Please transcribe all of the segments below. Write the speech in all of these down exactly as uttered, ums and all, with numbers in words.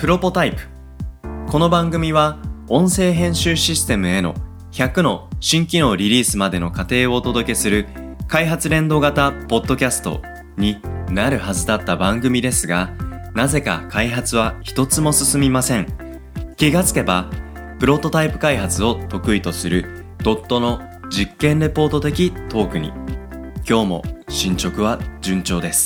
プロポタイプ。この番組は音声編集システムへのひゃくの新機能リリースまでの過程をお届けする開発連動型ポッドキャストになるはずだった番組ですが、なぜか開発は一つも進みません。気がつけばプロトタイプ開発を得意とするドットの実験レポート的トークに、今日も進捗は順調です。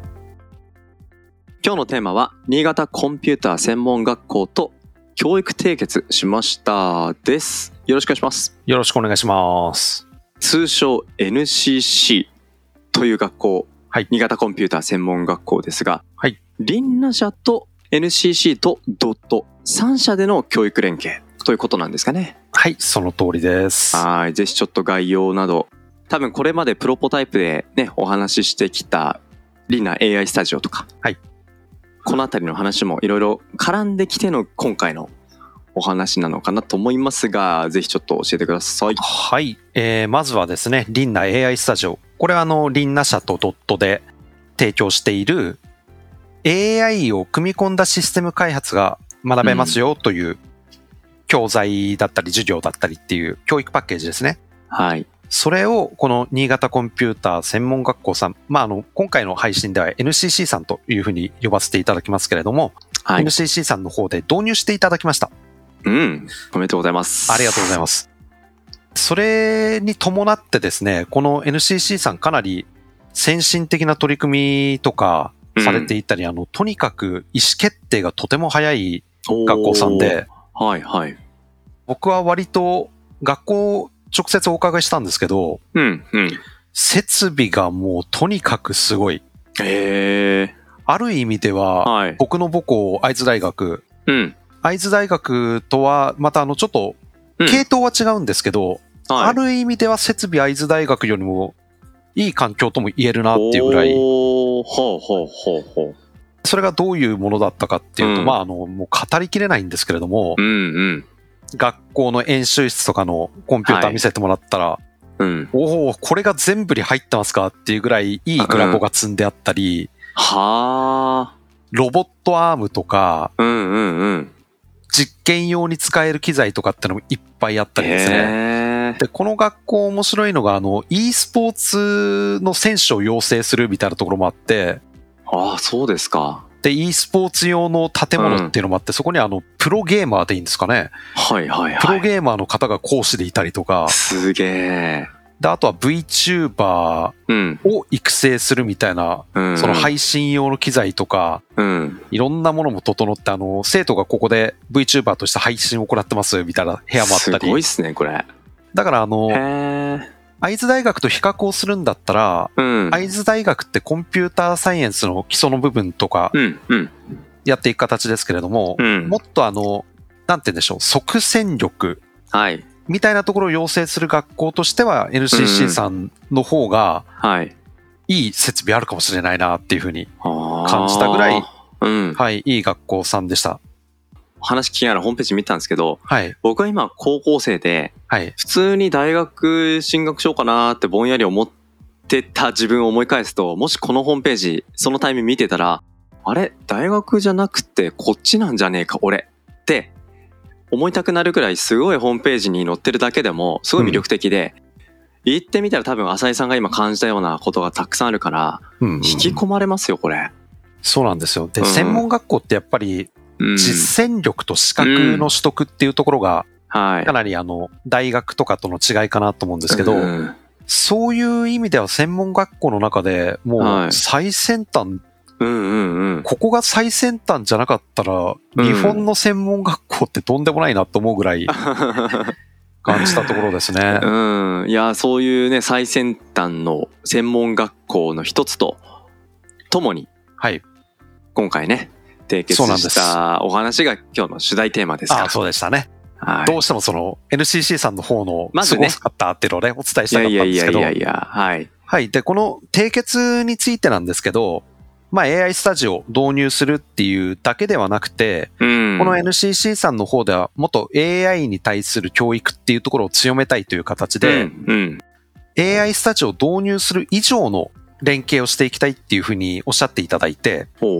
今日のテーマは新潟コンピューター専門学校と教育締結しましたです。よろしくお願いします。 よろしくお願いします。 通称 エヌシーシー という学校、はい、新潟コンピューター専門学校ですが、はい、リンナ社と エヌシーシー とドットさん社での教育連携ということなんですかね。 はい、その通りです。 はい、ぜひちょっと概要など、多分これまでプロポタイプでねお話ししてきたリンナ エーアイ スタジオとか、はい、このあたりの話もいろいろ絡んできての今回のお話なのかなと思いますが、ぜひちょっと教えてください。 はい、えー、まずはですね、リンナ エーアイ スタジオ。これはあのリンナ社とドットで提供している エーアイ を組み込んだシステム開発が学べますよという教材だったり授業だったりっていう教育パッケージですね。はい。それをこの新潟コンピューター専門学校さん、まあ、あの今回の配信では エヌシーシー さんというふうに呼ばせていただきますけれども、はい、エヌシーシー さんの方で導入していただきました。 うん、おめでとうございます。 ありがとうございます。それに伴ってですね、この エヌシーシー さんかなり先進的な取り組みとかされていたり、うん、あのとにかく意思決定がとても早い学校さんで、はいはい、僕は割と学校直接お伺いしたんですけど、うんうん、設備がもうとにかくすごい。へー。ある意味では、はい、僕の母校会津大学、うん、会津大学とはまたあのちょっと系統は違うんですけど、うんはい、ある意味では設備会津大学よりもいい環境とも言えるなっていうぐらい。ほうほうほうほう。それがどういうものだったかっていうと、うん、まああのもう語りきれないんですけれども、うんうん学校の演習室とかのコンピューター見せてもらったら、はいうん、おおこれが全部に入ってますかっていうぐらいいいグラボが積んであったり、うん、はロボットアームとか、うんうんうん、実験用に使える機材とかってのもいっぱいあったりですね。でこの学校面白いのがあの e スポーツの選手を養成するみたいなところもあって、 ああそうですか。 で e スポーツ用の建物っていうのもあって、うん、そこにあのプロゲーマーでいいんですかね。はいはいはい。プロゲーマーの方が講師でいたりとか。 すげえ。 であとは VTuber を育成するみたいな、うん、その配信用の機材とか、うん、いろんなものも整って、あの生徒がここで VTuber として配信を行ってますみたいな部屋もあったり。 すごいっすねこれ。 だからあの会津大学と比較をするんだったら、うん、会津大学ってコンピューターサイエンスの基礎の部分とかやっていく形ですけれども、うん、もっとあのなんて言うんでしょう、即戦力みたいなところを養成する学校としては エヌシーシー さんの方がいい設備あるかもしれないなっていうふうに感じたぐらい、うん、はい、いい学校さんでした。 話聞きながらホームページ見たんですけど、はい、僕は今高校生で、はい、普通に大学進学しようかなってぼんやり思ってた自分を思い返すと、もしこのホームページそのタイミング見てたら、あれ大学じゃなくてこっちなんじゃねえか俺って思いたくなるくらい、すごいホームページに載ってるだけでもすごい魅力的で、うん、行ってみたら多分浅井さんが今感じたようなことがたくさんあるから、うんうん、引き込まれますよこれ。 そうなんですよ。で、うん、専門学校ってやっぱり実践力と資格の取得っていうところがかなりあの大学とかとの違いかなと思うんですけど、そういう意味では専門学校の中でもう最先端、ここが最先端じゃなかったら日本の専門学校ってとんでもないなと思うぐらい感じたところですね。 うん、いやそういうね最先端の専門学校の一つとともに、はい、今回ね締結したお話が今日の主題テーマですから。 ああそうでしたね、はい、どうしてもその エヌシーシー さんの方のすごかったっていうのをねお伝えしたかったんですけど、いやいやいやいや、はい、はい、でこの締結についてなんですけど、まあ エーアイ スタジオを導入するっていうだけではなくて、うん、この エヌシーシー さんの方ではもっと エーアイ に対する教育っていうところを強めたいという形で、うんうん、エーアイ スタジオを導入する以上の連携をしていきたいっていうふうにおっしゃっていただいて、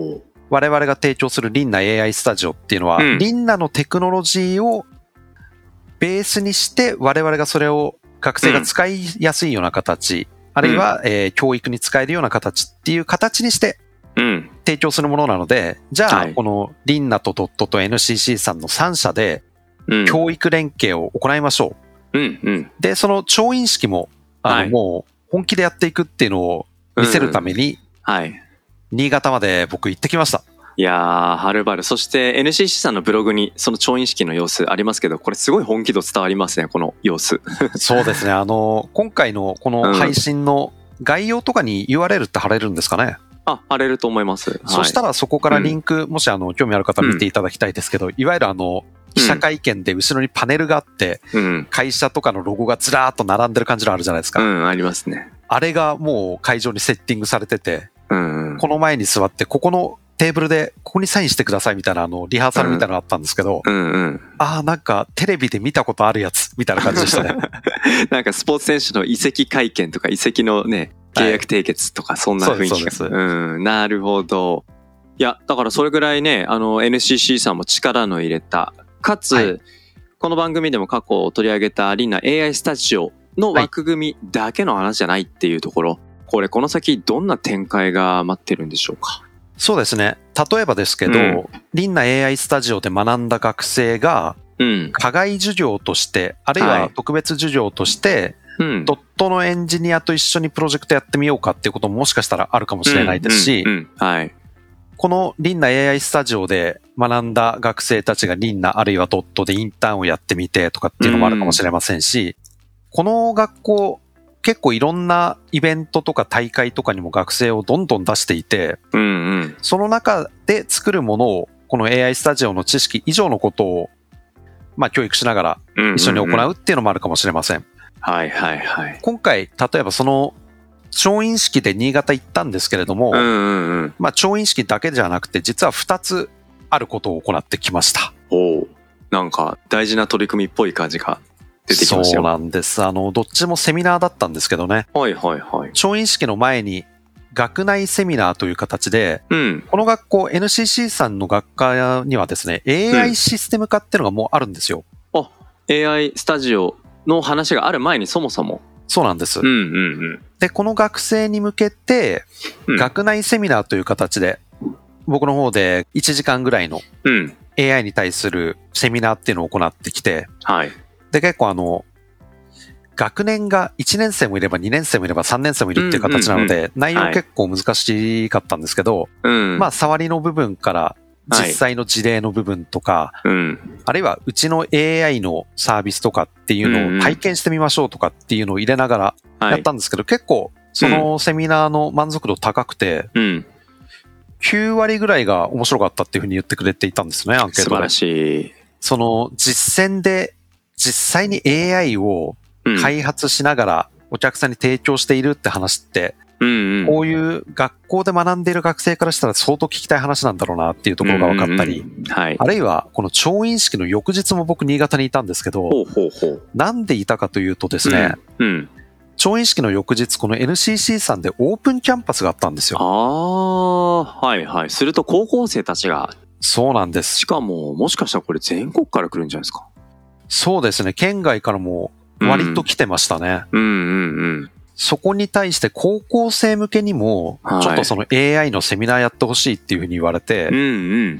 我々が提供するリンナ エーアイ スタジオっていうのは、うん、リンナのテクノロジーをベースにして我々がそれを学生が使いやすいような形、うん、あるいは、えー、教育に使えるような形っていう形にして提供するものなので、じゃあ、はい、このリンナとドットと エヌシーシー さんのさん社で教育連携を行いましょう。うんうん、で、その調印式もあの、はい、もう本気でやっていくっていうのを見せるために、うんはい、新潟まで僕行ってきました。 いやー、はるばる。そして エヌシーシー さんのブログにその調印式の様子ありますけど、これすごい本気度伝わりますね、この様子。 そうですね。あの、今回のこの配信の概要とかに ユーアールエル って貼れるんですかね？ あ、貼れると思います。はい、 そしたらそこからリンク、うん、もしあの、興味ある方見ていただきたいですけど、うん、いわゆるあの、記者会見で後ろにパネルがあって、うん、会社とかのロゴがずらーっと並んでる感じのあるじゃないですか。 うん、ありますね。 あれがもう会場にセッティングされてて、うんうん、この前に座って、ここのテーブルでここにサインしてくださいみたいなあのリハーサルみたいなのがあったんですけど、うんうんうん、ああなんかテレビで見たことあるやつみたいな感じでしたね。 なんかスポーツ選手の移籍会見とか移籍のね契約締結とかそんな雰囲気が、はい、そうです、そうです。うん、なるほど。いやだからそれぐらいねあの エヌシーシー さんも力の入れたかつ、はい、この番組でも過去取り上げたリンナ エーアイ スタジオの枠組みだけの話じゃないっていうところ、はい、これこの先どんな展開が待ってるんでしょうか？ そうですね。例えばですけど、うん、リンナ エーアイ スタジオで学んだ学生が、うん、課外授業として、あるいは特別授業として、はい、ドットのエンジニアと一緒にプロジェクトやってみようかっていうことももしかしたらあるかもしれないですし、このリンナ エーアイ スタジオで学んだ学生たちがリンナあるいはドットでインターンをやってみてとかっていうのもあるかもしれませんし、うん、この学校、結構いろんなイベントとか大会とかにも学生をどんどん出していて、うんうん、その中で作るものをこの エーアイ スタジオの知識以上のことをまあ教育しながら一緒に行うっていうのもあるかもしれません。うんうんうん、 はいはいはい。 今回例えばその調印式で新潟行ったんですけれども、うんうんうん、まあ調印式だけじゃなくて実はふたつあることを行ってきました。 おお、なんか大事な取り組みっぽい感じが。出てきましたよ。 そうなんです。あの、どっちもセミナーだったんですけどね。 はいはいはい。 調印式の前に学内セミナーという形で、うん、この学校 エヌシーシー さんの学科にはですね、エーアイ システム化っていうのがもうあるんですよ。 うん、あ、エーアイ スタジオの話がある前にそもそも。 そうなんです。うんうんうん、で、この学生に向けて、学内セミナーという形で、僕の方でいちじかんぐらいの エーアイ に対するセミナーっていうのを行ってきて、はい。で、結構あの、学年がいちねん生もいればにねん生もいればさんねん生もいるっていう形なので、内容結構難しかったんですけど、まあ、触りの部分から実際の事例の部分とか、あるいはうちの エーアイ のサービスとかっていうのを体験してみましょうとかっていうのを入れながらやったんですけど、結構そのセミナーの満足度高くて、きゅうわりぐらいが面白かったっていうふうに言ってくれていたんですね、アンケートで。 素晴らしい。 その実践で実際に エーアイ を開発しながらお客さんに提供しているって話って、うんうん、こういう学校で学んでいる学生からしたら相当聞きたい話なんだろうなっていうところが分かったり、うんうんはい、あるいはこの調印式の翌日も僕新潟にいたんですけど、ほうほうほうなんでいたかというとですね、うんうん、調印式の翌日この エヌシーシー さんでオープンキャンパスがあったんですよ。 ああ、はいはい。すると高校生たちが。 そうなんです。 しかももしかしたらこれ全国から来るんじゃないですか。 そうですね。県外からも割と来てましたね。うん、うんうんうんそこに対して高校生向けにも、ちょっとその エーアイ のセミナーやってほしいっていうふうに言われて、うんうん、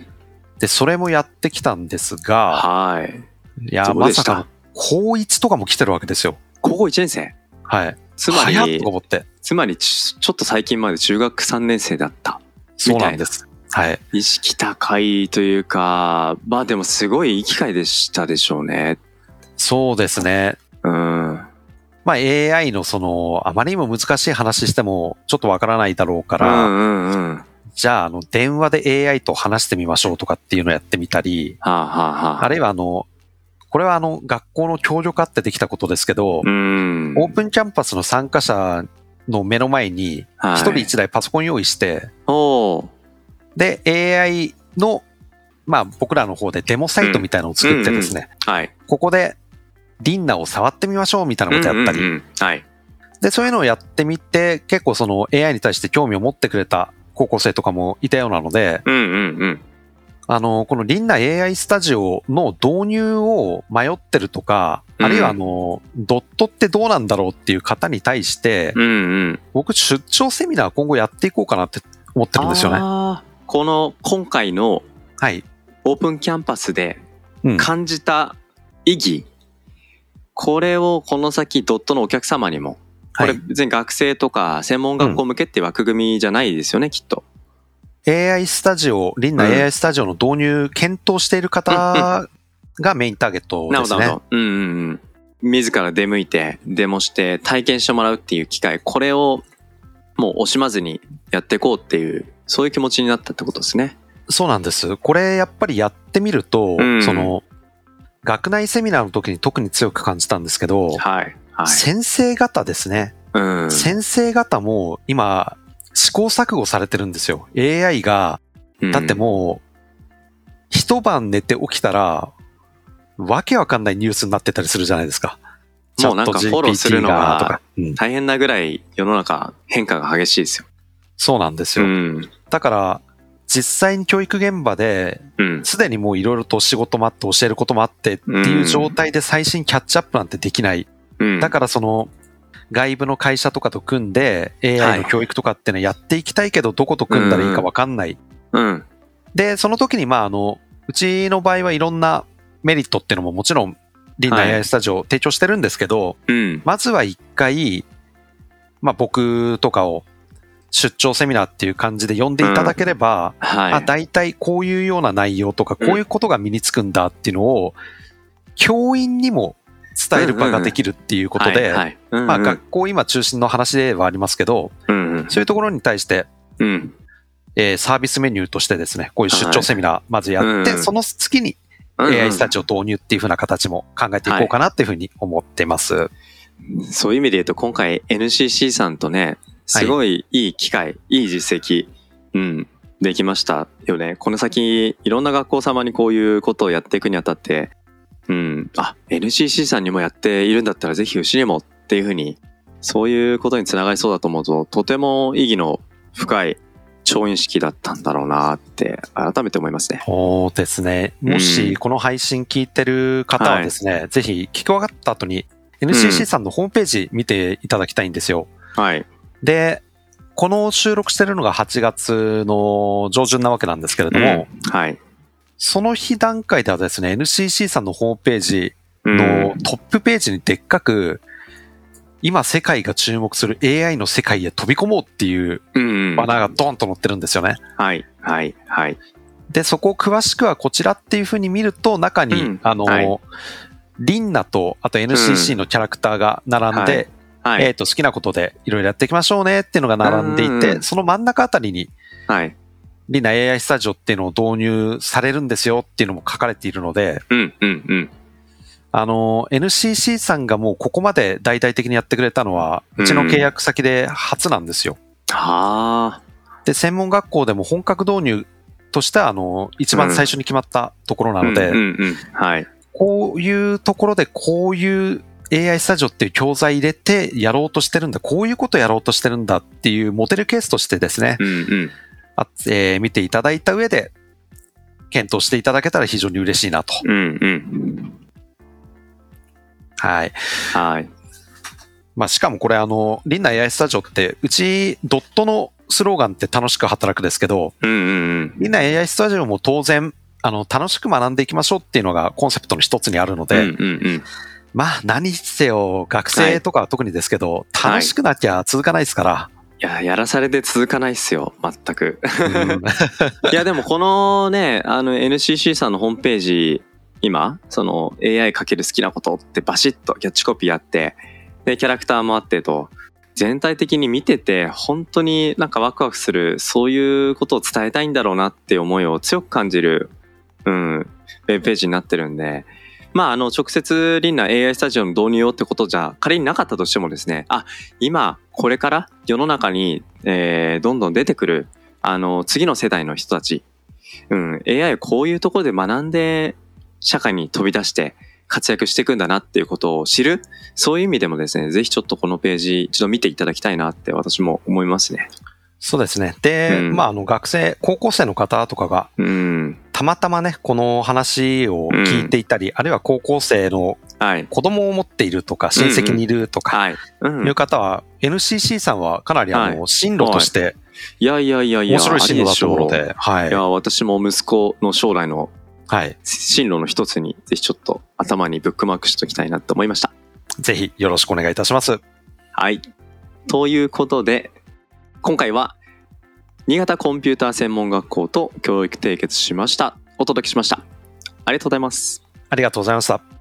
で、それもやってきたんですが、はい。いや、まさか、高いちとかも来てるわけですよ。 高校いちねん生はい。 つまり、 早っと思って。 つまりち、ちょっと最近まで中学さんねん生だった。 そうなんです。はい。 意識高いというか、まあでもすごいいい機会でしたでしょうね。 そうですね。うん。まあ エーアイ のその、あまりにも難しい話してもちょっとわからないだろうから、うんうんうん、じゃああの、電話で エーアイ と話してみましょうとかっていうのをやってみたり、はあはあ、あるいはあの、これはあの、学校の協力あってできたことですけど、うん、オープンキャンパスの参加者の目の前に、一人一台パソコン用意して、はい、で、エーアイ の、まあ僕らの方でデモサイトみたいなのを作ってですね、うんうんうんはい、ここで、リンナを触ってみましょうみたいなことやったり、うんうんうんはい、でそういうのをやってみて結構その エーアイ に対して興味を持ってくれた高校生とかもいたようなので、 うんうんうん。 あの、このリンナ エーアイ スタジオの導入を迷ってるとか、あるいはあの、ドットってどうなんだろうっていう方に対して、 うんうん、 僕出張セミナー今後やっていこうかなって思ってるんですよね。 あ、この今回のオープンキャンパスで感じた意義、うん、これをこの先ドットのお客様にも、これ別に学生とか専門学校向けって枠組みじゃないですよね、うん、きっと。 エーアイ スタジオ、リンナ エーアイ スタジオの導入検討している方がメインターゲットですね。 なるほど。うんうんうん。自ら出向いて、デモして体験してもらうっていう機会、これをもう惜しまずにやっていこうっていう、そういう気持ちになったってことですね。 そうなんです。これやっぱりやってみると、うん、その、学内セミナーの時に特に強く感じたんですけど、 はいはい、 先生方ですね。うん、先生方も今、試行錯誤されてるんですよ。エーアイ が、だってもう、一晩寝て起きたら、わけわかんないニュースになってたりするじゃないですか。 もうなんかフォローするのが大変なぐらい世の中変化が激しいですよ。 そうなんですよ。うん、だから、実際に教育現場で、すでにもういろいろと仕事もあって教えることもあってっていう状態で最新キャッチアップなんてできない。うん、だからその、外部の会社とかと組んで エーアイ の教育とかっていうのはやっていきたいけどどこと組んだらいいか分かんない。 うんうん、 で、その時にまああの、うちの場合はいろんなメリットっていうのももちろんリンナ エーアイ スタジオ提供してるんですけど、 はい、 まずは一回、まあ僕とかを出張セミナーっていう感じで呼んでいただければ、うんはい、あ、大体こういうような内容とかこういうことが身につくんだっていうのを教員にも伝える場ができるっていうことで、まあ学校今中心の話ではありますけど、 うんうん、 そういうところに対して、 うんえー、サービスメニューとしてですね、こういう出張セミナーまずやって、はい、その月に エーアイ スタジオ導入っていう風な形も考えていこうかなっていう風に思ってます。はい、 そういう意味で言うと今回 エヌシーシー さんとね、すごいいい機会、はい、いい実績、うん、できましたよね。この先いろんな学校様にこういうことをやっていくにあたって、うん、あ、エヌシーシー さんにもやっているんだったらぜひうちにもっていうふうに、そういうことにつながりそうだと思うと、とても意義の深い調印式だったんだろうなって改めて思いますね。 そうですね。もしこの配信聞いてる方はですね、うんはい、ぜひ聞き終わった後に エヌシーシー さんのホームページ見ていただきたいんですよ。 うん、はい。 で、この収録してるのがはちがつの上旬なわけなんですけれども、 うん、はい。 その日段階ではですね、エヌシーシー さんのホームページのトップページにでっかく、今世界が注目する エーアイ の世界へ飛び込もうっていうバナーがドンと載ってるんですよね。 はい、はい、はい。 で、そこを詳しくはこちらっていう風に見ると、中に、うん、あの、はい、リンナと、あと エヌシーシー のキャラクターが並んで、うんはい、えっと、好きなことでいろいろやっていきましょうねっていうのが並んでいて、その真ん中あたりに、 はい。 リンナ エーアイ スタジオっていうのを導入されるんですよっていうのも書かれているので、 うんうんうん、 あの、エヌシーシー さんがもうここまで大々的にやってくれたのは、うちの契約先で初なんですよ。 はあ、 うん。で、専門学校でも本格導入としては、あの、一番最初に決まったところなので、こういうところでこういう エーアイ スタジオっていう教材入れてやろうとしてるんだ、こういうことやろうとしてるんだっていうモデルケースとしてですね、 うんうんあえー、見ていただいた上で検討していただけたら非常に嬉しいなと。 うんうん、 はい。 はい。 まあしかもこれあの、リンナ エーアイ スタジオってうちドットのスローガンって楽しく働くですけど、 うんうんうん、 リンナ エーアイ スタジオも当然あの楽しく学んでいきましょうっていうのがコンセプトの一つにあるので、 うんうんうん、 まあ何せよ学生とかは特にですけど、はい、楽しくなきゃ続かないですから。はいいや、やらされて続かないっすよ、全く。いや、でもこのね、あの エヌシーシー さんのホームページ、今、その エーアイ かける好きなことってバシッとキャッチコピーあって、で、キャラクターもあってと、全体的に見てて、本当になんかワクワクする、そういうことを伝えたいんだろうなって思いを強く感じる、うん、ウェブページになってるんで、まあ、あの、直接リンナ エーアイ スタジオの導入用ってことじゃ仮になかったとしてもですね、あ、今、これから世の中に、えー、どんどん出てくる、あの、次の世代の人たち、うん、エーアイ をこういうところで学んで、社会に飛び出して活躍していくんだなっていうことを知る、そういう意味でもですね、ぜひちょっとこのページ一度見ていただきたいなって私も思いますね。 そうですね。で、うん、まあ、あの、学生、高校生の方とかが、うん、たまたまね、この話を聞いていたり、うん、あるいは高校生の子供を持っているとか、親戚にいるとか、いう方は、エヌシーシー さんはかなりあの、進路として、 いやいやいやいや、 面白い進路だと思うので、 はい。いや、私も息子の将来の、はい。進路の一つに、ぜひちょっと頭にブックマークしておきたいなと思いました。 ぜひよろしくお願いいたします。 はい。ということで、今回は新潟コンピューター専門学校と教育締結しました。お届けしました。ありがとうございます。 ありがとうございました。